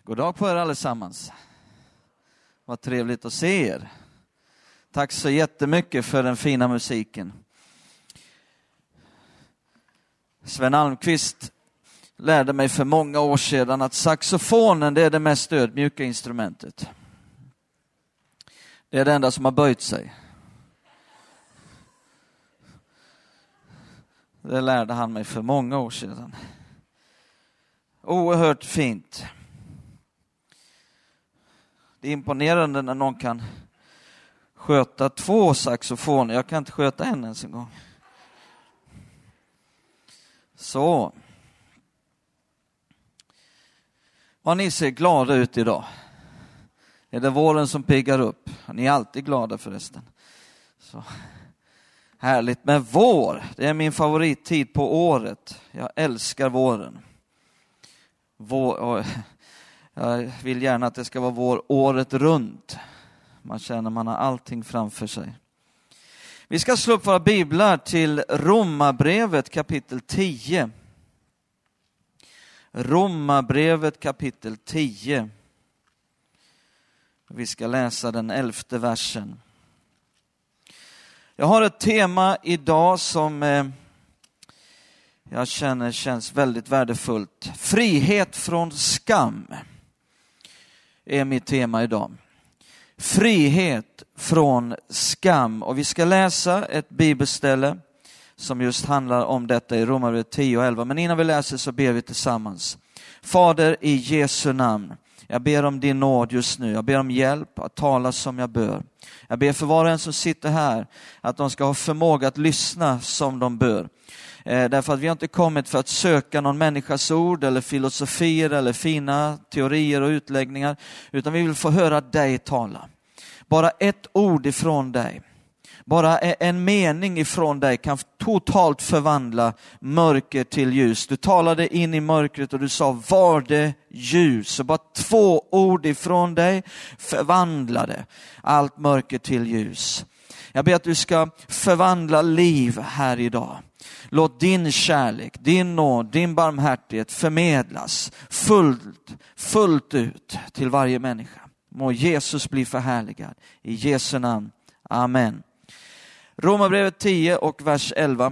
God dag på er allesammans. Vad trevligt att se er. Tack så jättemycket för den fina musiken. Sven Almqvist lärde mig för många år sedan att saxofonen, det är det mest ödmjuka instrumentet. Det är det enda som har böjt sig. Det lärde han mig för många år sedan. Oerhört fint. Det är imponerande när någon kan sköta 2 saxofoner. Jag kan inte sköta en ens en gång. Så. Vad ni ser glada ut idag. Är det våren som piggar upp? Ni är alltid glada förresten. Så. Härligt med vår. Det är min favorittid på året. Jag älskar våren. Jag vill gärna att det ska vara vår året runt. Man känner man har allting framför sig. Vi ska slå upp våra biblar till Romarbrevet kapitel 10. Romarbrevet kapitel 10. Vi ska läsa den 11:e versen. Jag har ett tema idag som jag känner känns väldigt värdefullt. Frihet från skam är mitt tema idag. Frihet från skam. Och vi ska läsa ett bibelställe som just handlar om detta i Romarbrevet 10 och 11. Men innan vi läser så ber vi tillsammans. Fader, i Jesu namn. Jag ber om din nåd just nu. Jag ber om hjälp att tala som jag bör. Jag ber för var och en som sitter här att de ska ha förmåga att lyssna som de bör. Därför att vi har inte kommit för att söka någon människas ord eller filosofier eller fina teorier och utläggningar. Utan vi vill få höra dig tala. Bara ett ord ifrån dig. Bara en mening ifrån dig kan totalt förvandla mörker till ljus. Du talade in i mörkret och du sa var det ljus. Och bara 2 ord ifrån dig förvandlade allt mörker till ljus. Jag ber att du ska förvandla liv här idag. Låt din kärlek, din nåd, din barmhärtighet förmedlas fullt ut till varje människa. Må Jesus bli förhärligad. I Jesu namn. Amen. Romarbrevet 10 och vers 11.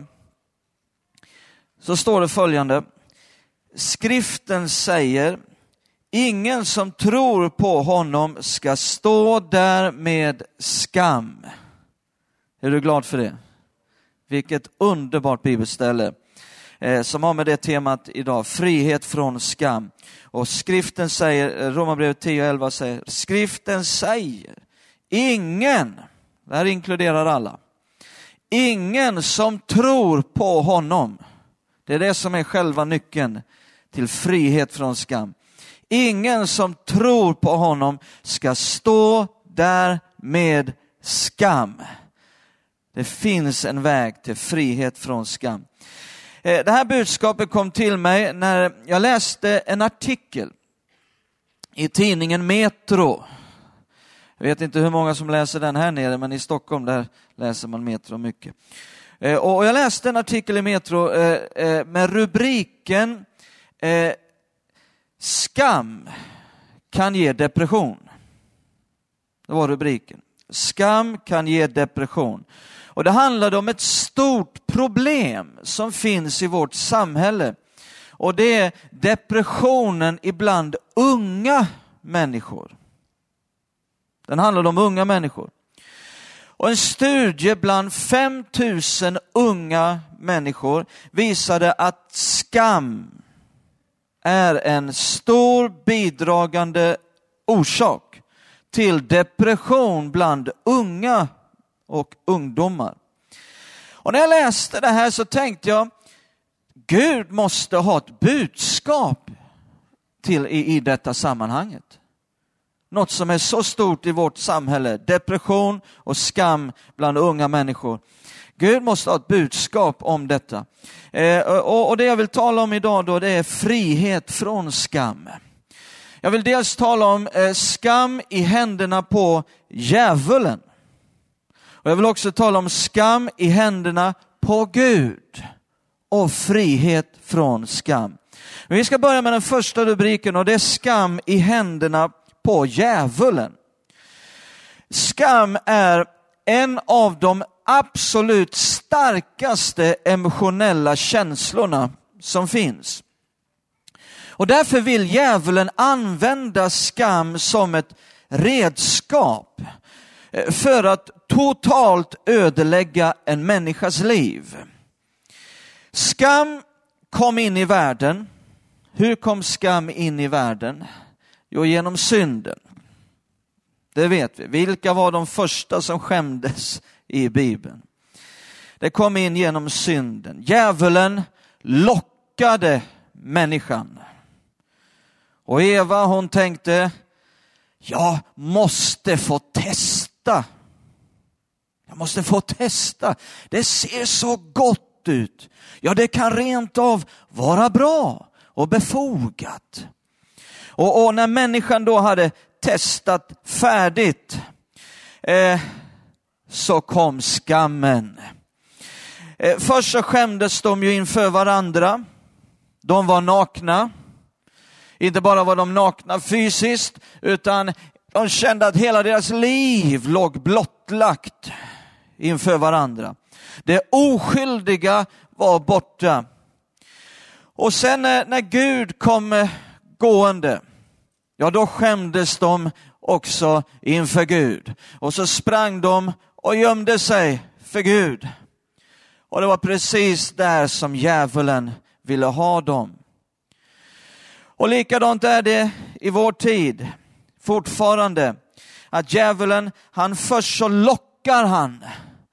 Så står det följande. Skriften säger: ingen som tror på honom ska stå där med skam. Är du glad för det? Vilket underbart bibelställe som har med det temat idag. Frihet från skam. Och skriften säger, Romarbrevet 10 och 11 säger, skriften säger, ingen, det här inkluderar alla, ingen som tror på honom. Det är det som är själva nyckeln till frihet från skam. Ingen som tror på honom ska stå där med skam. Det finns en väg till frihet från skam. Det här budskapet kom till mig när jag läste en artikel i tidningen Metro. Jag vet inte hur många som läser den här nere, men i Stockholm där läser man Metro mycket. Och jag läste en artikel i Metro med rubriken Skam kan ge depression. Det var rubriken. Skam kan ge depression. Och det handlade om ett stort problem som finns i vårt samhälle. Och det är depressionen ibland unga människor. Den handlade om unga människor. Och en studie bland 5000 unga människor visade att skam är en stor bidragande orsak till depression bland unga och ungdomar. Och när jag läste det här så tänkte jag, Gud måste ha ett budskap till i detta sammanhanget. Något som är så stort i vårt samhälle, depression och skam bland unga människor. Gud måste ha ett budskap om detta. Och det jag vill tala om idag då, det är frihet från skam. Jag vill dels tala om skam i händerna på djävulen. Och jag vill också tala om skam i händerna på Gud och frihet från skam. Men vi ska börja med den första rubriken, och det är skam i händerna på djävulen. Skam är en av de absolut starkaste emotionella känslorna som finns. Och därför vill djävulen använda skam som ett redskap för att totalt ödelägga en människas liv. Skam kom in i världen. Hur kom skam in i världen? Jo, genom synden. Det vet vi. Vilka var de första som skämdes i Bibeln? Det kom in genom synden. Djävulen lockade människan. Och Eva, hon tänkte, jag måste få testa. Jag måste få testa. Det ser så gott ut. Ja, det kan rent av vara bra och befogat. Och när människan då hade testat färdigt så kom skammen. Först så skämdes de ju inför varandra. De var nakna. Inte bara var de nakna fysiskt, utan de kände att hela deras liv låg blottlagt inför varandra. Det oskyldiga var borta. Och sen när Gud kom gående, ja, då skämdes de också inför Gud. Och så sprang de och gömde sig för Gud. Och det var precis där som djävulen ville ha dem. Och likadant är det i vår tid fortfarande. Att djävulen, han först så lockar han.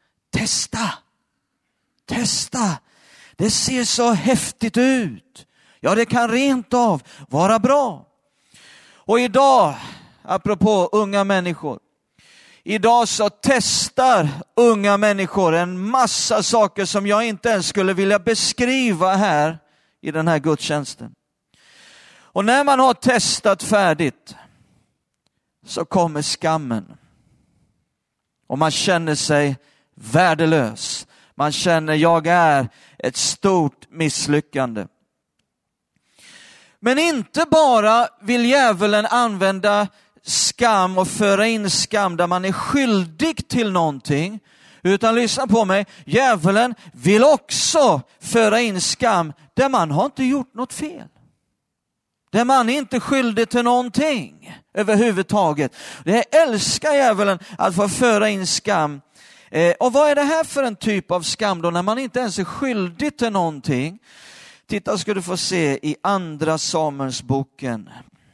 Testa. Det ser så häftigt ut. Ja, det kan rent av vara bra. Och idag, apropå unga människor. Idag så testar unga människor en massa saker som jag inte ens skulle vilja beskriva här i den här gudstjänsten. Och när man har testat färdigt så kommer skammen. Och man känner sig värdelös. Man känner, jag är ett stort misslyckande. Men inte bara vill djävulen använda skam och föra in skam där man är skyldig till någonting. Utan lyssna på mig, djävulen vill också föra in skam där man har inte gjort något fel. Där man är inte skyldig till någonting överhuvudtaget. Det älskar djävulen att få föra in skam. Och vad är det här för en typ av skam då, när man inte ens är skyldig till någonting? Titta, ska du få se i andra Samuelsboken.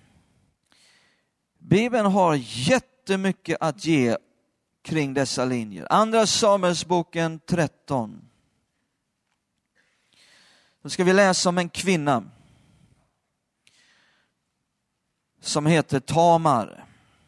Bibeln har jättemycket att ge kring dessa linjer. Andra Samuelsboken 13. Då ska vi läsa om en kvinna som heter Tamar.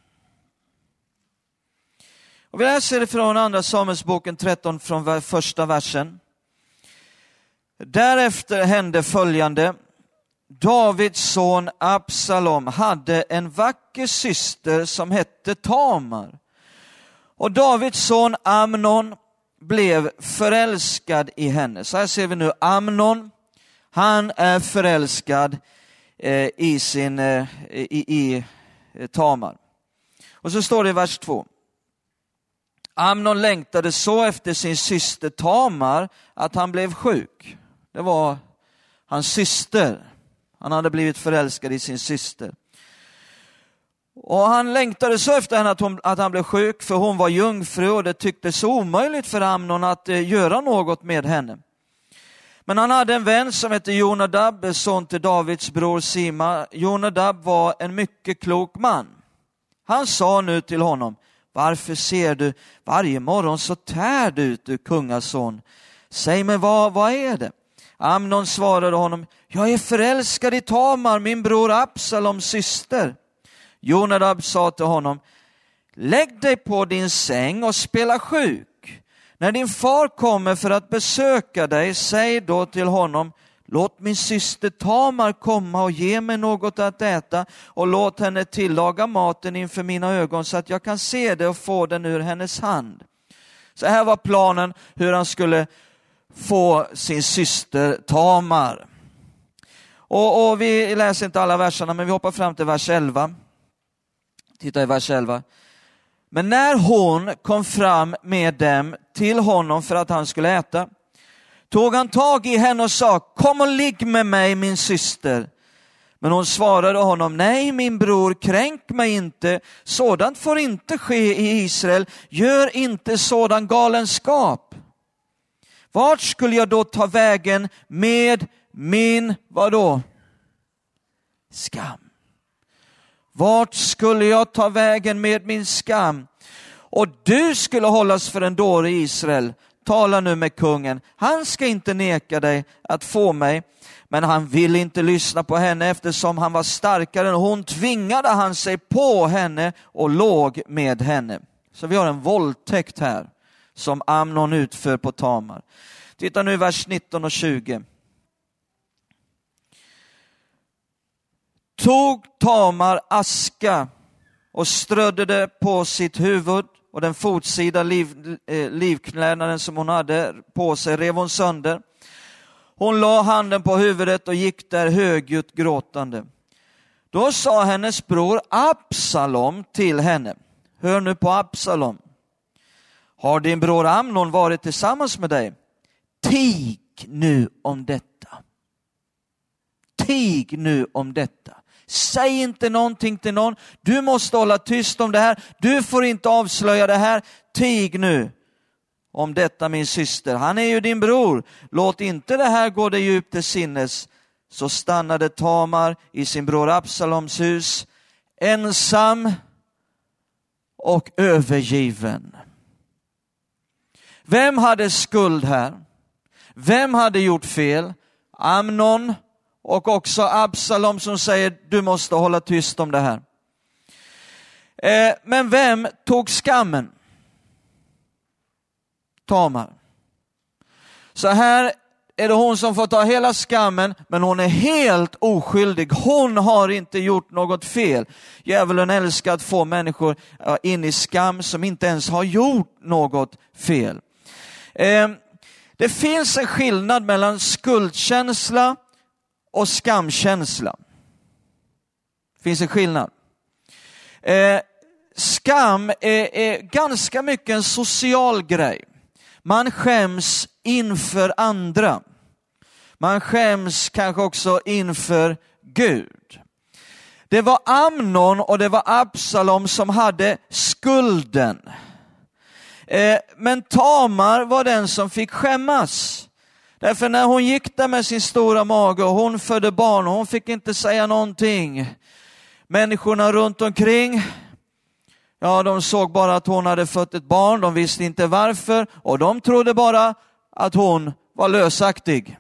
Och vi läser från andra Samuelsboken 13 från första versen. Därefter hände följande. Davids son Absalom hade en vacker syster som hette Tamar. Och Davids son Amnon blev förälskad i henne. Så här ser vi nu Amnon. Han är förälskad i Tamar. Och så står det i vers 2. Amnon längtade så efter sin syster Tamar att han blev sjuk. Det var hans syster. Han hade blivit förälskad i sin syster. Och han längtade så efter henne att han blev sjuk, för hon var jungfru och det tycktes omöjligt för Amnon att göra något med henne. Men han hade en vän som hette Jonadab, son till Davids bror Sima. Jonadab var en mycket klok man. Han sa nu till honom: varför ser du varje morgon så tär du ut, du kungason? Säg mig, vad är det? Amnon svarade honom: jag är förälskad i Tamar, min bror Absaloms syster. Jonadab sa till honom: lägg dig på din säng och spela sjuk. När din far kommer för att besöka dig, säg då till honom: låt min syster Tamar komma och ge mig något att äta, och låt henne tillaga maten inför mina ögon så att jag kan se det och få den ur hennes hand. Så här var planen hur han skulle få sin syster Tamar. Och vi läser inte alla verserna, men vi hoppar fram till vers 11. Titta i vers 11. Men när hon kom fram med dem till honom för att han skulle äta, tog han tag i henne och sa: kom och ligg med mig, min syster. Men hon svarade honom: nej, min bror, kränk mig inte. Sådant får inte ske i Israel. Gör inte sådan galenskap. Vart skulle jag då ta vägen med min, vadå? Skam. Vart skulle jag ta vägen med min skam? Och du skulle hållas för en dåre i Israel. Tala nu med kungen. Han ska inte neka dig att få mig. Men han ville inte lyssna på henne, eftersom han var starkare än hon. Tvingade han sig på henne och låg med henne. Så vi har en våldtäkt här som Amnon utför på Tamar. Titta nu i vers 19 och 20. Tog Tamar aska och strödde det på sitt huvud, och den fotsida livklädnaden som hon hade på sig rev hon sönder. Hon la handen på huvudet och gick där högljutt gråtande. Då sa hennes bror Absalom till henne: hör nu på, Absalom. Har din bror Amnon varit tillsammans med dig? Tig nu om detta. Tig nu om detta. Säg inte någonting till någon. Du måste hålla tyst om det här. Du får inte avslöja det här. Tig nu om detta, min syster. Han är ju din bror. Låt inte det här gå dig djupt till sinnes. Så stannade Tamar i sin bror Absaloms hus, ensam och övergiven. Vem hade skuld här? Vem hade gjort fel? Amnon och också Absalom som säger: du måste hålla tyst om det här. Men vem tog skammen? Tamar. Så här är det hon som får ta hela skammen, men hon är helt oskyldig. Hon har inte gjort något fel. Djävulen älskar att få människor in i skam som inte ens har gjort något fel. Det finns en skillnad mellan skuldkänsla och skamkänsla. Det finns en skillnad. Skam är ganska mycket en social grej. Man skäms inför andra. Man skäms kanske också inför Gud. Det var Amnon och det var Absalom som hade skulden. Men Tamar var den som fick skämmas. Därför när hon gick där med sin stora mage och hon födde barn och hon fick inte säga någonting. Människorna runt omkring, ja, de såg bara att hon hade fött ett barn. De visste inte varför och de trodde bara att hon var lösaktig.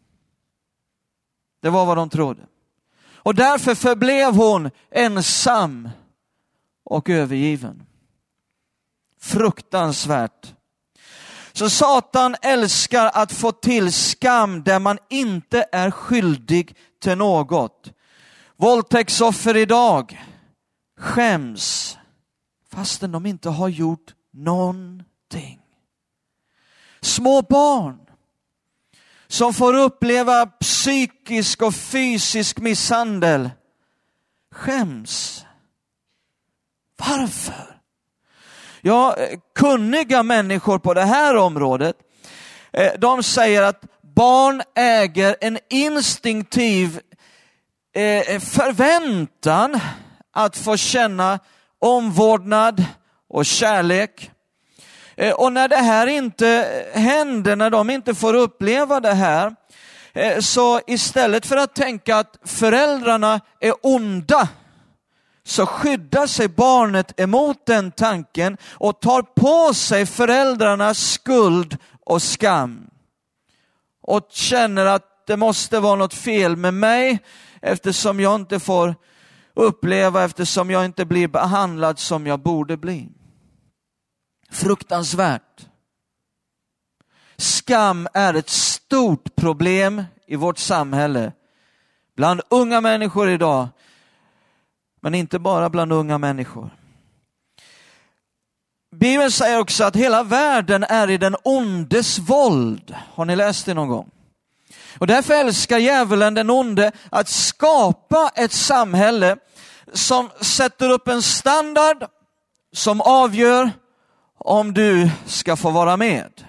Det var vad de trodde. Och därför förblev hon ensam och övergiven. Fruktansvärt. Så Satan älskar att få till skam där man inte är skyldig till något. Våldtäktsoffer idag skäms fastän de inte har gjort någonting. Små barn som får uppleva psykisk och fysisk misshandel skäms. Varför? Ja, kunniga människor på det här området, de säger att barn äger en instinktiv förväntan att få känna omvårdnad och kärlek. Och när det här inte händer, när de inte får uppleva det här, så istället för att tänka att föräldrarna är onda, så skyddar sig barnet emot den tanken och tar på sig föräldrarnas skuld och skam. Och känner att det måste vara något fel med mig eftersom jag inte får uppleva, eftersom jag inte blir behandlad som jag borde bli. Fruktansvärt. Skam är ett stort problem i vårt samhälle. Bland unga människor idag. Men inte bara bland unga människor. Bibeln säger också att hela världen är i den ondes våld. Har ni läst det någon gång? Och därför älskar djävulen, den onde, att skapa ett samhälle som sätter upp en standard som avgör om du ska få vara med.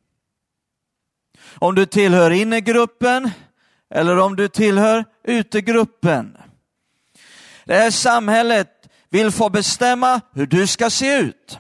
Om du tillhör innergruppen eller om du tillhör utegruppen. Det här samhället vill få bestämma hur du ska se ut.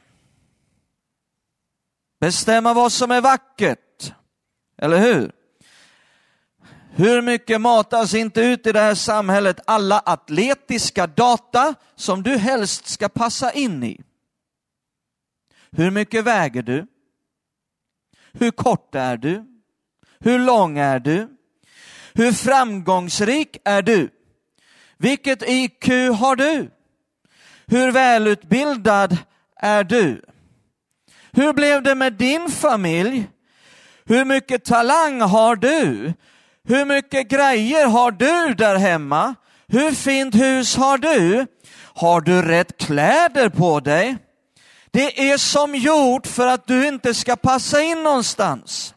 Bestämma vad som är vackert. Eller hur? Hur mycket matas inte ut i det här samhället alla atletiska data som du helst ska passa in i? Hur mycket väger du? Hur kort är du? Hur lång är du? Hur framgångsrik är du? Vilket IQ har du? Hur välutbildad är du? Hur blev det med din familj? Hur mycket talang har du? Hur mycket grejer har du där hemma? Hur fint hus har du? Har du rätt kläder på dig? Det är som gjort för att du inte ska passa in någonstans.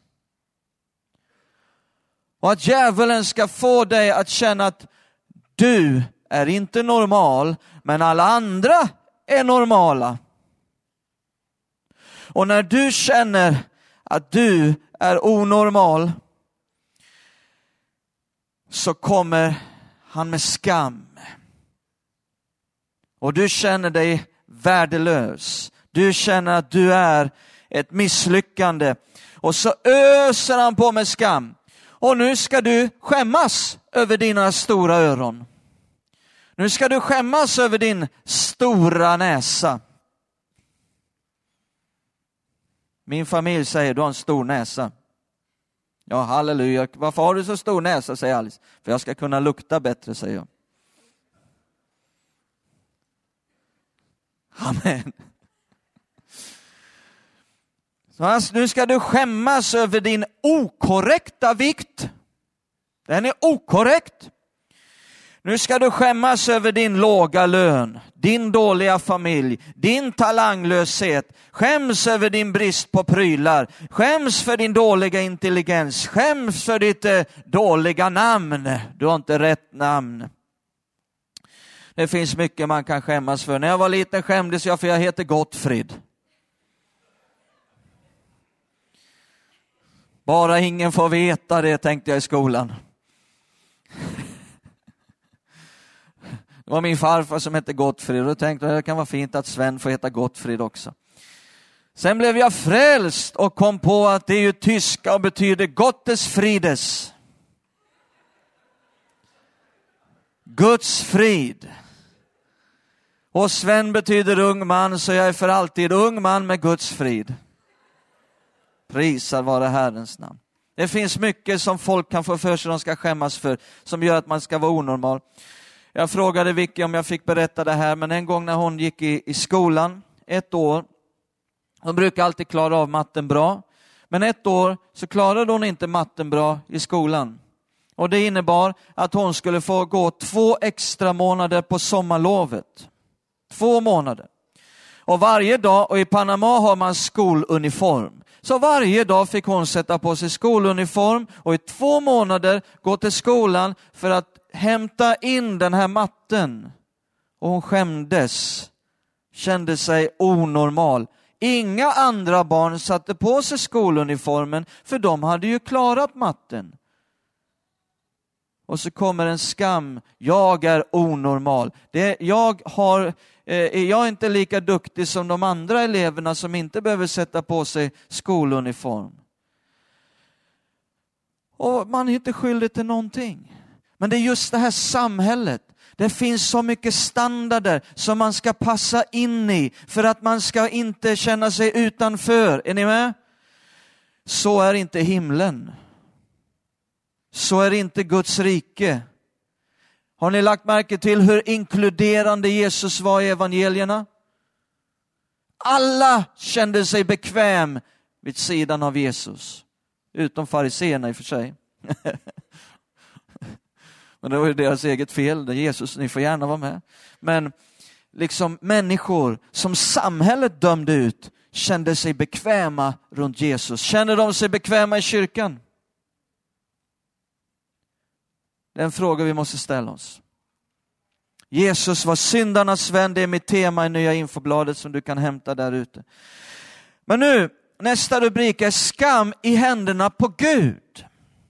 Och att djävulen ska få dig att känna att du är inte normal, men alla andra är normala. Och när du känner att du är onormal, så kommer han med skam. Och du känner dig värdelös. Du känner att du är ett misslyckande. Och så öser han på med skam. Och nu ska du skämmas över dina stora öron. Nu ska du skämmas över din stora näsa. Min familj säger, du har en stor näsa. Ja, halleluja. Varför har du så stor näsa, säger Alice. För jag ska kunna lukta bättre, säger jag. Amen. Så nu ska du skämmas över din okorrekta vikt. Den är okorrekt. Nu ska du skämmas över din låga lön, din dåliga familj, din talanglöshet. Skäms över din brist på prylar. Skäms för din dåliga intelligens. Skäms för ditt dåliga namn. Du har inte rätt namn. Det finns mycket man kan skämmas för. När jag var liten skämdes jag för jag heter Gottfrid. Bara ingen får veta det, tänkte jag i skolan. Det var min farfar som hette Gottfrid och då tänkte jag det kan vara fint att Sven får heta Gottfrid också. Sen blev jag frälst och kom på att det är ju tyska och betyder Gottes Frides. Guds frid. Och Sven betyder ung man, så jag är för alltid ung man med Guds frid. Prisar vare Herrens namn. Det finns mycket som folk kan få för sig de ska skämmas för, som gör att man ska vara onormal. Jag frågade Vicky om jag fick berätta det här, men en gång när hon gick i skolan, 1 år, hon brukar alltid klara av matten bra, men 1 år så klarade hon inte matten bra i skolan. Och det innebar att hon skulle få gå 2 extra månader på sommarlovet. 2 månader. Och varje dag, och i Panama har man skoluniform. Så varje dag fick hon sätta på sig skoluniform och i 2 månader gå till skolan för att hämta in den här matten. Och hon skämdes, kände sig onormal. Inga andra barn satte på sig skoluniformen för de hade ju klarat matten. Och så kommer en skam. Jag är onormal. Är jag inte lika duktig som de andra eleverna som inte behöver sätta på sig skoluniform? Och man är inte skyldig till någonting. Men det är just det här samhället. Det finns så mycket standarder som man ska passa in i för att man ska inte känna sig utanför. Är ni med? Så är inte himlen. Så är inte Guds rike. Har ni lagt märke till hur inkluderande Jesus var i evangelierna? Alla kände sig bekväm vid sidan av Jesus. Utom fariséerna i och för sig. Men det var ju deras eget fel. Det är Jesus, ni får gärna vara med. Men liksom människor som samhället dömde ut kände sig bekväma runt Jesus. Känner de sig bekväma i kyrkan? Det är en fråga vi måste ställa oss. Jesus var syndarnas vän, det är mitt tema i nya infobladet som du kan hämta där ute. Men nu, nästa rubrik är skam i händerna på Gud.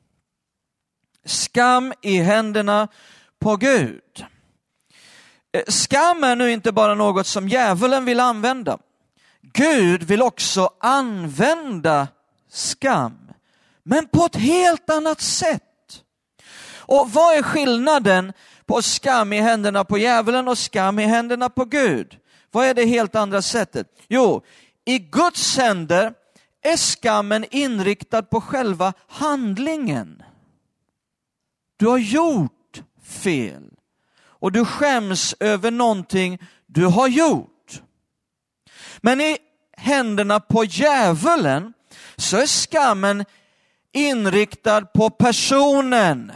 Skam i händerna på Gud. Skam är nu inte bara något som djävulen vill använda. Gud vill också använda skam, men på ett helt annat sätt. Och vad är skillnaden på skam i händerna på djävulen och skam i händerna på Gud? Vad är det helt andra sättet? Jo, i Guds händer är skammen inriktad på själva handlingen. Du har gjort fel och du skäms över någonting du har gjort. Men i händerna på djävulen så är skammen inriktad på personen.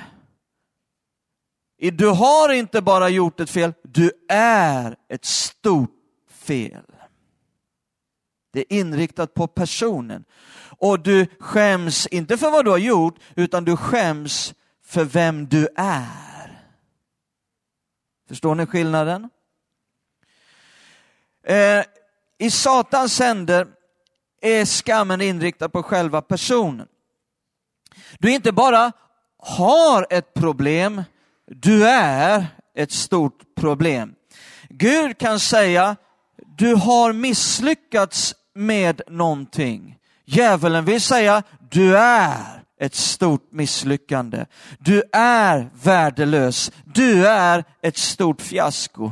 Du har inte bara gjort ett fel, du är ett stort fel. Det är inriktat på personen. Och du skäms inte för vad du har gjort, utan du skäms för vem du är. Förstår ni skillnaden? I Satans händer är skammen inriktad på själva personen. Du inte bara har ett problem, du är ett stort problem. Gud kan säga, du har misslyckats med någonting. Djävulen vill säga, du är ett stort misslyckande. Du är värdelös. Du är ett stort fiasko.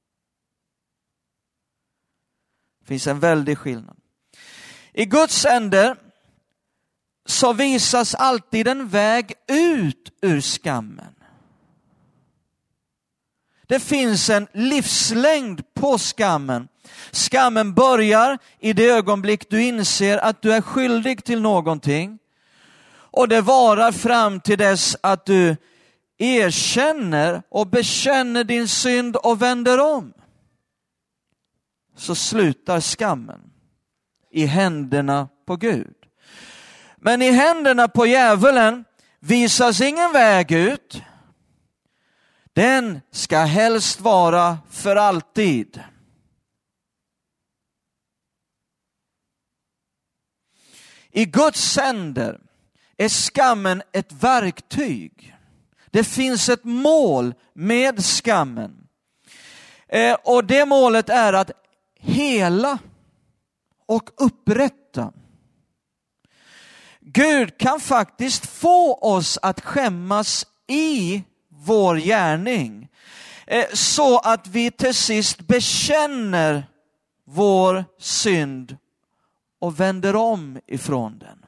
Det finns en väldig skillnad. I Guds händer så visas alltid en väg ut ur skammen. Det finns en livslängd på skammen. Skammen börjar i det ögonblick du inser att du är skyldig till någonting. Och det varar fram till dess att du erkänner och bekänner din synd och vänder om. Så slutar skammen i händerna på Gud. Men i händerna på djävulen visas ingen väg ut. Den ska helst vara för alltid. I Guds händer är skammen ett verktyg. Det finns ett mål med skammen. Och det målet är att hela och upprätta. Gud kan faktiskt få oss att skämmas i vår gärning, så att vi till sist bekänner vår synd och vänder om ifrån den.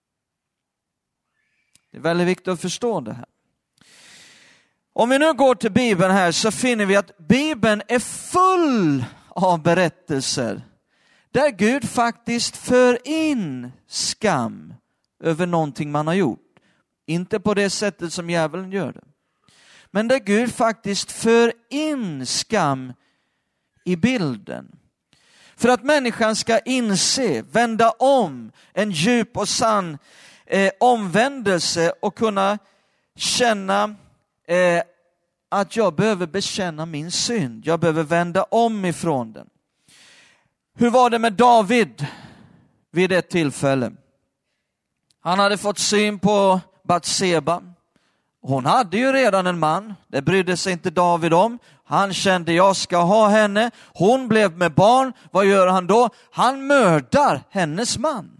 Det är väldigt viktigt att förstå det här. Om vi nu går till Bibeln här så finner vi att Bibeln är full av berättelser där Gud faktiskt för in skam över någonting man har gjort. Inte på det sättet som djävulen gör det. Men där Gud faktiskt för in skam i bilden. För att människan ska inse, vända om, en djup och sann omvändelse och kunna känna att jag behöver bekänna min synd. Jag behöver vända om ifrån den. Hur var det med David vid ett tillfälle? Han hade fått syn på Batseba. Hon hade ju redan en man. Det brydde sig inte David om. Han kände, jag ska ha henne. Hon blev med barn. Vad gör han då? Han mördar hennes man.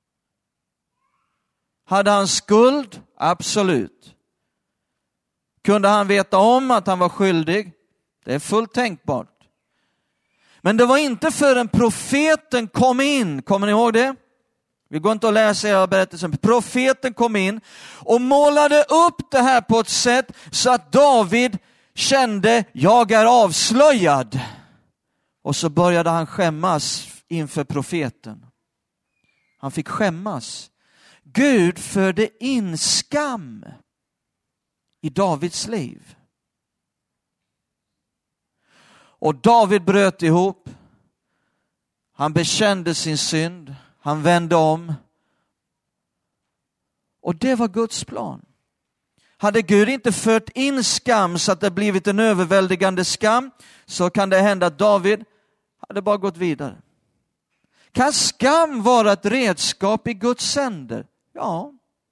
Hade han skuld? Absolut. Kunde han veta om att han var skyldig? Det är fullt tänkbart. Men det var inte förrän profeten kom in. Kommer ni ihåg det? Vi går inte att läsa hela berättelsen. Profeten kom in och målade upp det här på ett sätt så att David kände, jag är avslöjad. Och så började han skämmas inför profeten. Han fick skämmas. Gud förde in skam i Davids liv. Och David bröt ihop. Han bekände sin synd. Han vände om. Och det var Guds plan. Hade Gud inte fört in skam så att det blivit en överväldigande skam, så kan det hända att David hade bara gått vidare. Kan skam vara ett redskap i Guds händer? Ja.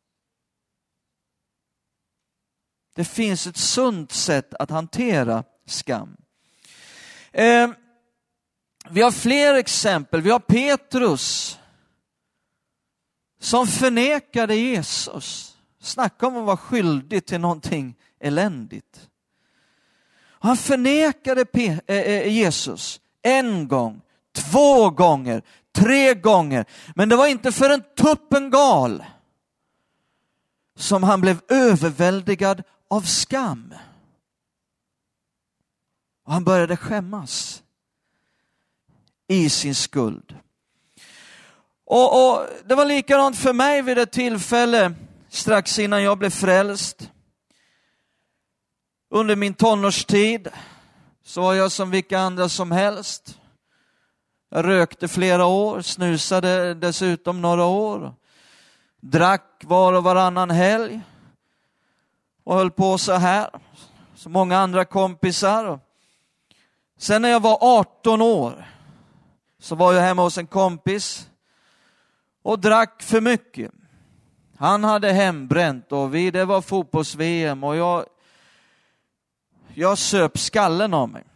Det finns ett sunt sätt att hantera skam. Vi har fler exempel. Vi har Petrus som förnekade Jesus. Snacka om att vara skyldig till någonting eländigt. Han förnekade Jesus 1 gång, 2 gånger, 3 gånger. Men det var inte för en tuppengal som han blev överväldigad av skam. Och han började skämmas i sin skuld. Och det var likadant för mig vid ett tillfälle strax innan jag blev frälst. Under min tonårstid så var jag som vilka andra som helst. Jag rökte flera år, snusade dessutom några år. Drack var och varannan helg. Och höll på så här. Så många andra kompisar. Sen när jag var 18 år så var jag hemma hos en kompis och drack för mycket. Han hade hembränt och det var fotbolls-VM och jag söp skallen av mig.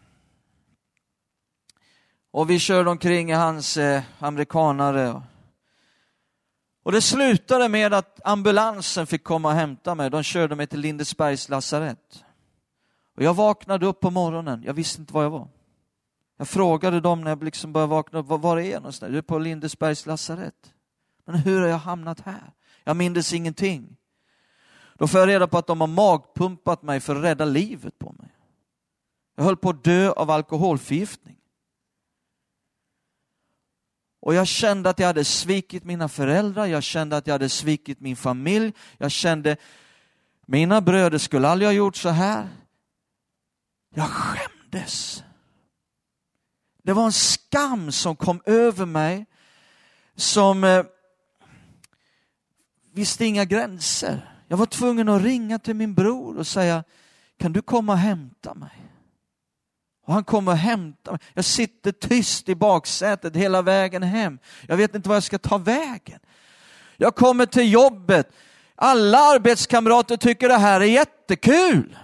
Och vi körde omkring i hans amerikanare. Och det slutade med att ambulansen fick komma och hämta mig. De körde mig till Lindesbergs lasarett. Och jag vaknade upp på morgonen. Jag visste inte var jag var. Jag frågade dem när jag liksom började vakna upp. Var är jag någonstans? Du är på Lindesbergs lasarett. Men hur har jag hamnat här? Jag minns ingenting. Då får jag reda på att de har magpumpat mig för att rädda livet på mig. Jag höll på att dö av alkoholförgiftning. Och jag kände att jag hade svikit mina föräldrar. Jag kände att jag hade svikit min familj. Jag kände mina bröder skulle aldrig ha gjort så här. Jag skämdes. Det var en skam som kom över mig. Som visste inga gränser. Jag var tvungen att ringa till min bror och säga, kan du komma och hämta mig? Och han kommer och hämtar mig. Jag sitter tyst i baksätet hela vägen hem. Jag vet inte var jag ska ta vägen. Jag kommer till jobbet. Alla arbetskamrater tycker det här är jättekul.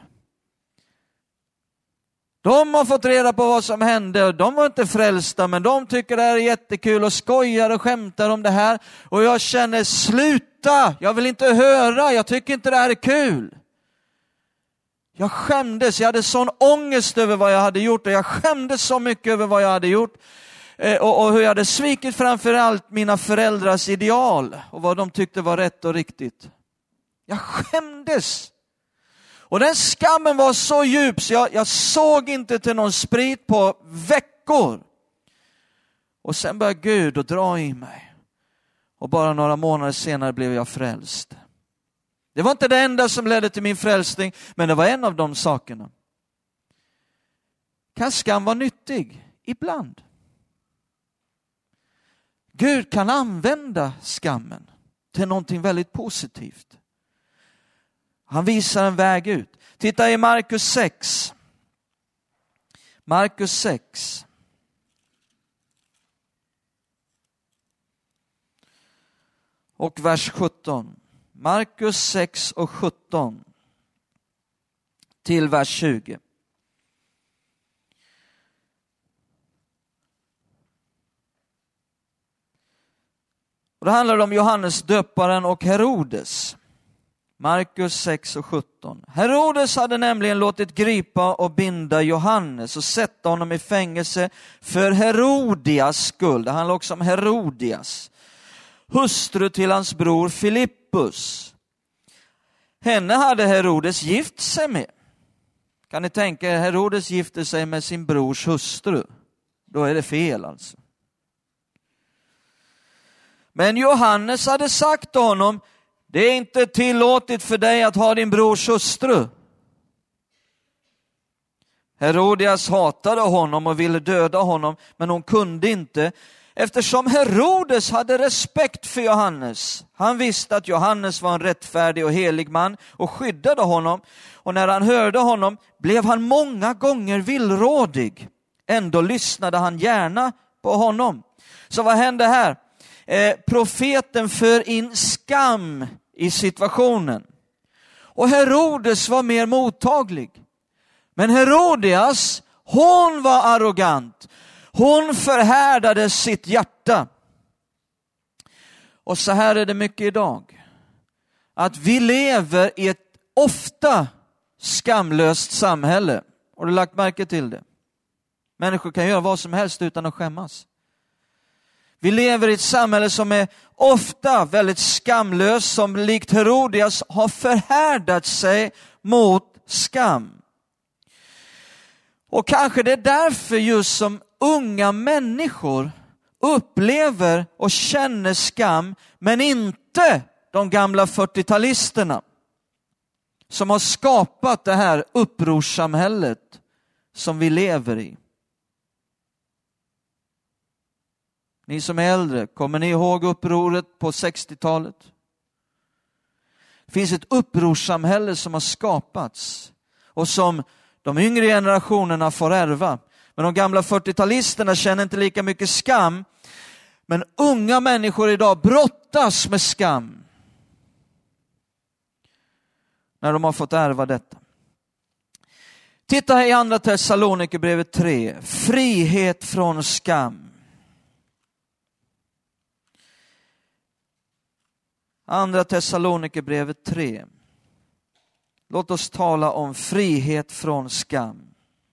De har fått reda på vad som hände. De var inte frälsta, men de tycker det här är jättekul och skojar och skämtar om det här. Och jag känner, sluta! Jag vill inte höra. Jag tycker inte det här är kul. Jag skämdes, jag hade sån ångest över vad jag hade gjort och jag skämdes så mycket över vad jag hade gjort och hur jag hade svikit framförallt mina föräldrars ideal och vad de tyckte var rätt och riktigt. Jag skämdes. Och den skammen var så djup så jag såg inte till någon sprit på veckor. Och sen började Gud att dra i mig. Och bara några månader senare blev jag frälst. Det var inte det enda som ledde till min frälsning, men det var en av de sakerna. Kan skam vara nyttig? Ibland. Gud kan använda skammen till någonting väldigt positivt. Han visar en väg ut. Titta i Markus 6. Markus 6. Och vers 17. Markus 6 och 17 till vers 20. Och det handlar om Johannes döparen och Herodes. Markus 6 och 17. Herodes hade nämligen låtit gripa och binda Johannes och sätta honom i fängelse för Herodias skull. Det handlar också om Herodias, hustru till hans bror Filippus. Henne hade Herodes gift sig med. Kan ni tänka er, Herodes gifte sig med sin brors hustru. Då är det fel alltså. Men Johannes hade sagt till honom, det är inte tillåtet för dig att ha din brors hustru. Herodias hatade honom och ville döda honom, men hon kunde inte. Eftersom Herodes hade respekt för Johannes. Han visste att Johannes var en rättfärdig och helig man och skyddade honom. Och när han hörde honom blev han många gånger villrådig. Ändå lyssnade han gärna på honom. Så vad hände här? Profeten för in skam i situationen. Och Herodes var mer mottaglig. Men Herodias, hon var arrogant. Hon förhärdade sitt hjärta. Och så här är det mycket idag. Att vi lever i ett ofta skamlöst samhälle. Har du lagt märke till det? Människor kan göra vad som helst utan att skämmas. Vi lever i ett samhälle som är ofta väldigt skamlöst, som likt Herodias har förhärdat sig mot skam. Och kanske det är därför just som unga människor upplever och känner skam, men inte de gamla 40-talisterna som har skapat det här upprorssamhället som vi lever i. Ni som är äldre, kommer ni ihåg upproret på 60-talet? Det finns ett upprorssamhälle som har skapats och som de yngre generationerna får ärva. Men de gamla 40-talisterna känner inte lika mycket skam. Men unga människor idag brottas med skam när de har fått ärva detta. Titta här i andra Thessalonikerbrevet 3. Frihet från skam. Andra Thessalonikerbrevet 3. Låt oss tala om frihet från skam.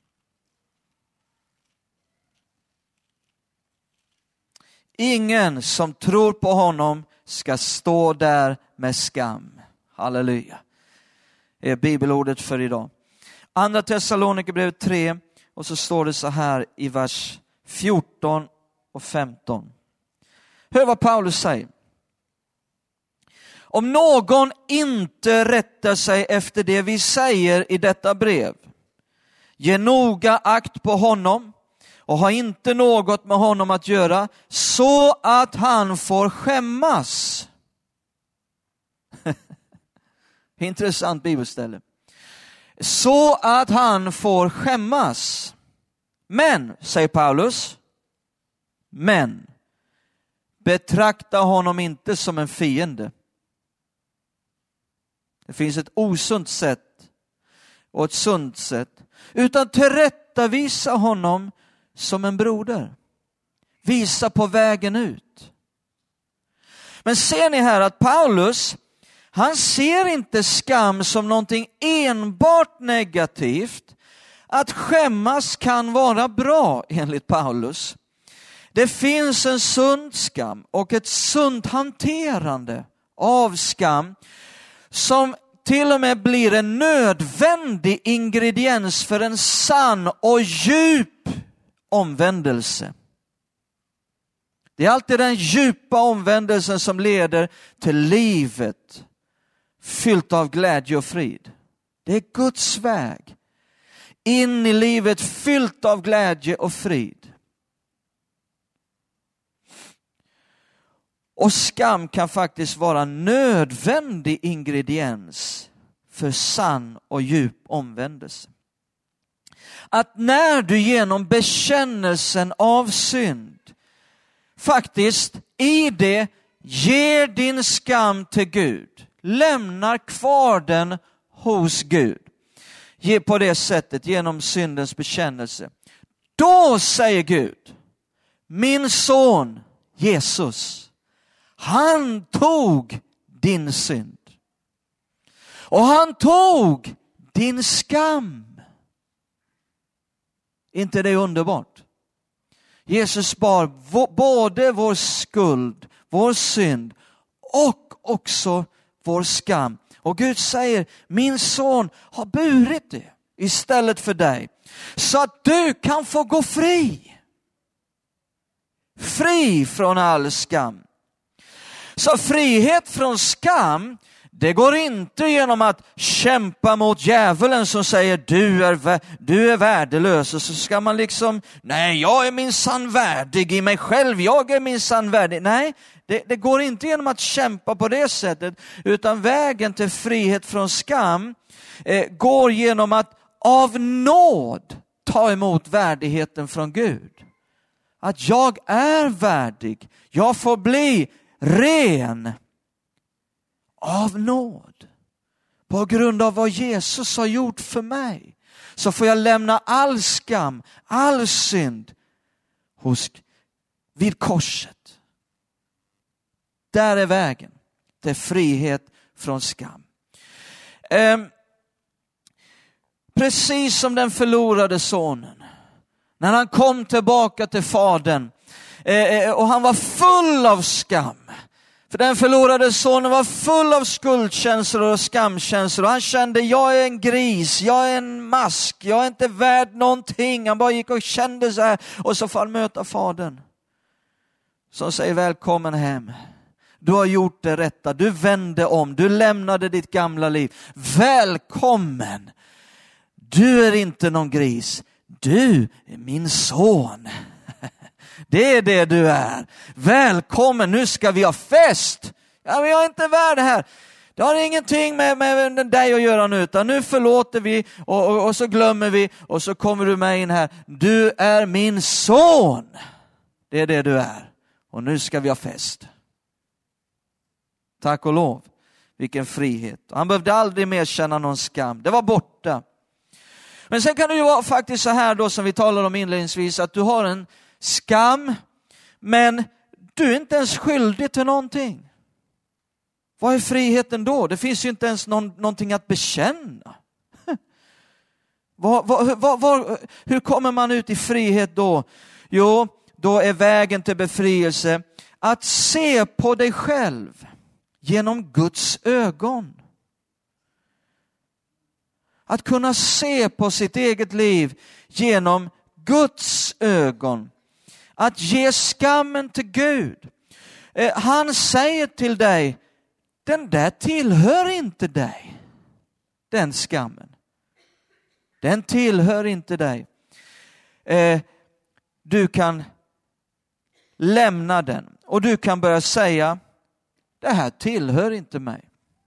Ingen som tror på honom ska stå där med skam. Halleluja. Det är bibelordet för idag. Andra Thessalonikerbrevet 3 och så står det så här i vers 14 och 15. Hör vad Paulus säger. Om någon inte rättar sig efter det vi säger i detta brev, ge noga akt på honom och ha inte något med honom att göra, så att han får skämmas. Intressant bibelställe. Så att han får skämmas. Men, säger Paulus, men betrakta honom inte som en fiende. Det finns ett osunt sätt och ett sunt sätt. Utan tillrättavisa honom som en broder. Visa på vägen ut. Men ser ni här att Paulus, han ser inte skam som någonting enbart negativt. Att skämmas kan vara bra enligt Paulus. Det finns en sund skam och ett sunt hanterande av skam som till och med blir en nödvändig ingrediens för en sann och djup omvändelse. Det är alltid den djupa omvändelsen som leder till livet fyllt av glädje och frid. Det är Guds väg in i livet fyllt av glädje och frid. Och skam kan faktiskt vara en nödvändig ingrediens för sann och djup omvändelse. Att när du genom bekännelsen av synd faktiskt i det ger din skam till Gud, lämnar kvar den hos Gud, ge på det sättet genom syndens bekännelse. Då säger Gud, min son Jesus, han tog din synd. Och han tog din skam. Inte det är underbart? Jesus bar både vår skuld, vår synd och också vår skam. Och Gud säger, min son har burit det istället för dig. Så att du kan få gå fri. Fri från all skam. Så frihet från skam, Det går inte genom att kämpa mot djävulen som säger du är värdelös. Och så ska man liksom, nej, jag är minsann värdig i mig själv. Jag är minsann värdig. Nej, det går inte genom att kämpa på det sättet. Utan vägen till frihet från skam går genom att av nåd ta emot värdigheten från Gud. Att jag är värdig. Jag får bli ren av nåd. På grund av vad Jesus har gjort för mig. Så får jag lämna all skam, all synd vid korset. Där är vägen till frihet från skam. Precis som den förlorade sonen. När han kom tillbaka till fadern och han var full av skam. För den förlorade sonen var full av skuldkänslor och skamkänslor. Och han kände, jag är en gris, jag är en mask, jag är inte värd någonting. Han bara gick och kände så här. Och så får han möta fadern. Som säger, välkommen hem. Du har gjort det rätta, du vände om, du lämnade ditt gamla liv. Välkommen! Du är inte någon gris, du är min son. Det är det du är. Välkommen, nu ska vi ha fest. Ja, men jag är inte värd det här. Det har ingenting med dig att göra nu, utan nu förlåter vi och så glömmer vi och så kommer du med in här. Du är min son. Det är det du är. Och nu ska vi ha fest. Tack och lov. Vilken frihet. Han behövde aldrig mer känna någon skam. Det var borta. Men sen kan det ju vara faktiskt så här då, som vi talade om inledningsvis, att du har en skam, men du är inte ens skyldig till någonting. Vad är friheten då? Det finns ju inte ens någonting att bekänna. Hur kommer man ut i frihet då? Jo, då är vägen till befrielse att se på dig själv genom Guds ögon. Att kunna se på sitt eget liv genom Guds ögon. Att ge skammen till Gud. Han säger till dig, den där tillhör inte dig. Den skammen. Den tillhör inte dig. Du kan lämna den. Och du kan börja säga, det här tillhör inte mig.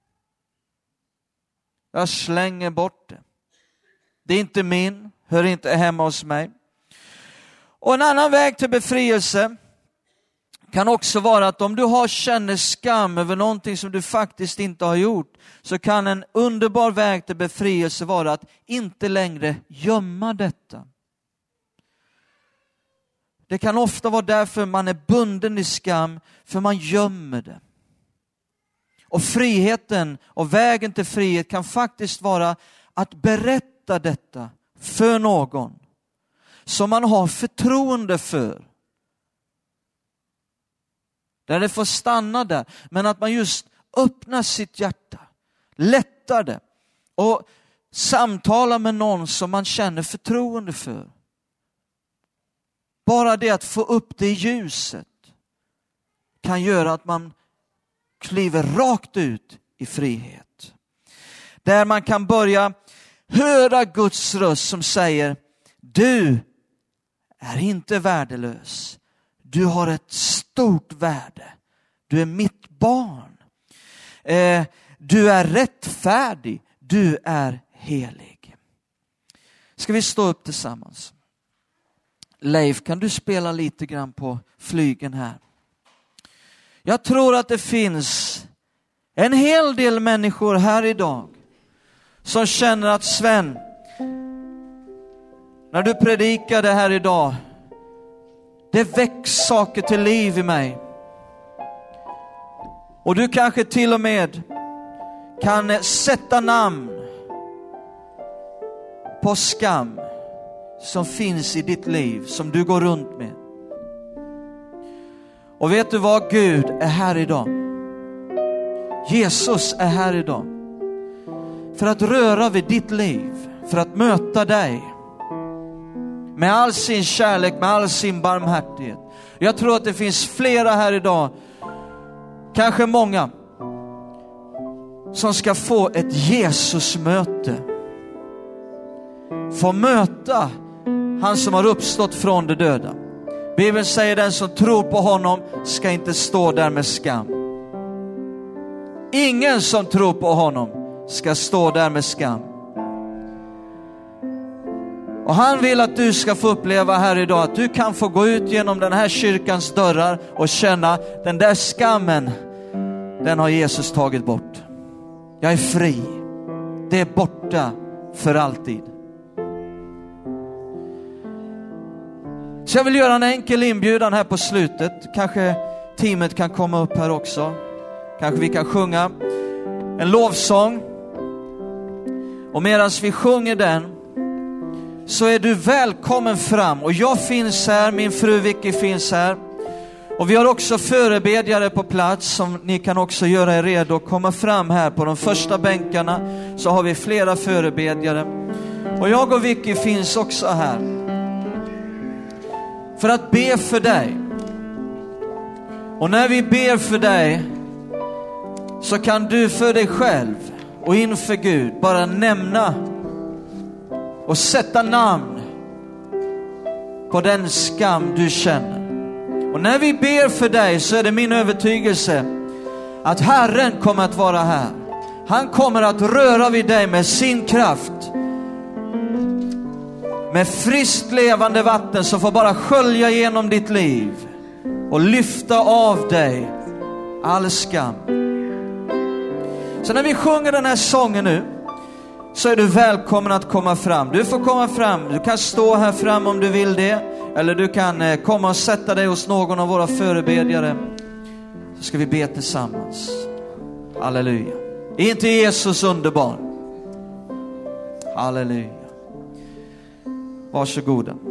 Jag slänger bort det. Det är inte min, hör inte hemma hos mig. Och en annan väg till befrielse kan också vara att om du känner skam över någonting som du faktiskt inte har gjort, så kan en underbar väg till befrielse vara att inte längre gömma detta. Det kan ofta vara därför man är bunden i skam, för man gömmer det. Och friheten och vägen till frihet kan faktiskt vara att berätta detta för någon som man har förtroende för. Där det får stanna där, men att man just öppnar sitt hjärta, lättar det och samtalar med någon som man känner förtroende för. Bara det att få upp det i ljuset kan göra att man kliver rakt ut i frihet. Där man kan börja höra Guds röst som säger, du är inte värdelös. Du har ett stort värde. Du är mitt barn. Du är rättfärdig. Du är helig. Ska vi stå upp tillsammans? Leif, kan du spela lite grann på flygen här? Jag tror att det finns en hel del människor här idag som känner att Sven, när du predikade här idag, det väcks saker till liv i mig. Och du kanske till och med kan sätta namn på skam som finns i ditt liv, som du går runt med. Och vet du vad? Gud är här idag. Jesus är här idag. För att röra vid ditt liv. För att möta dig. Med all sin kärlek, med all sin barmhärtighet. Jag tror att det finns flera här idag. Kanske många. som ska få ett Jesusmöte. Få möta han som har uppstått från de döda. Bibeln säger den som tror på honom ska inte stå där med skam. Ingen som tror på honom ska stå där med skam. Och han vill att du ska få uppleva här idag att du kan få gå ut genom den här kyrkans dörrar och känna den där skammen, den har Jesus tagit bort. Jag är fri. Det är borta för alltid. Så jag vill göra en enkel inbjudan här på slutet. Kanske teamet kan komma upp här också. Kanske vi kan sjunga en lovsång. Och medan vi sjunger den så är du välkommen fram. Och jag finns här, min fru Vicky finns här. Och vi har också förebedjare på plats som ni kan också göra er redo att komma fram här på de första bänkarna. Så har vi flera förebedjare. Och jag och Vicky finns också här för att be för dig. Och när vi ber för dig så kan du för dig själv och inför Gud bara nämna och sätta namn på den skam du känner. Och när vi ber för dig så är det min övertygelse att Herren kommer att vara här. Han kommer att röra vid dig med sin kraft. Med friskt levande vatten som får bara skölja genom ditt liv och lyfta av dig all skam. Så när vi sjunger den här sången nu så är du välkommen att komma fram. Du får komma fram. Du kan stå här fram om du vill det. Eller du kan komma och sätta dig hos någon av våra förebedjare. Så ska vi be tillsammans. Halleluja. Är inte Jesus underbar? Halleluja. Varsågoda.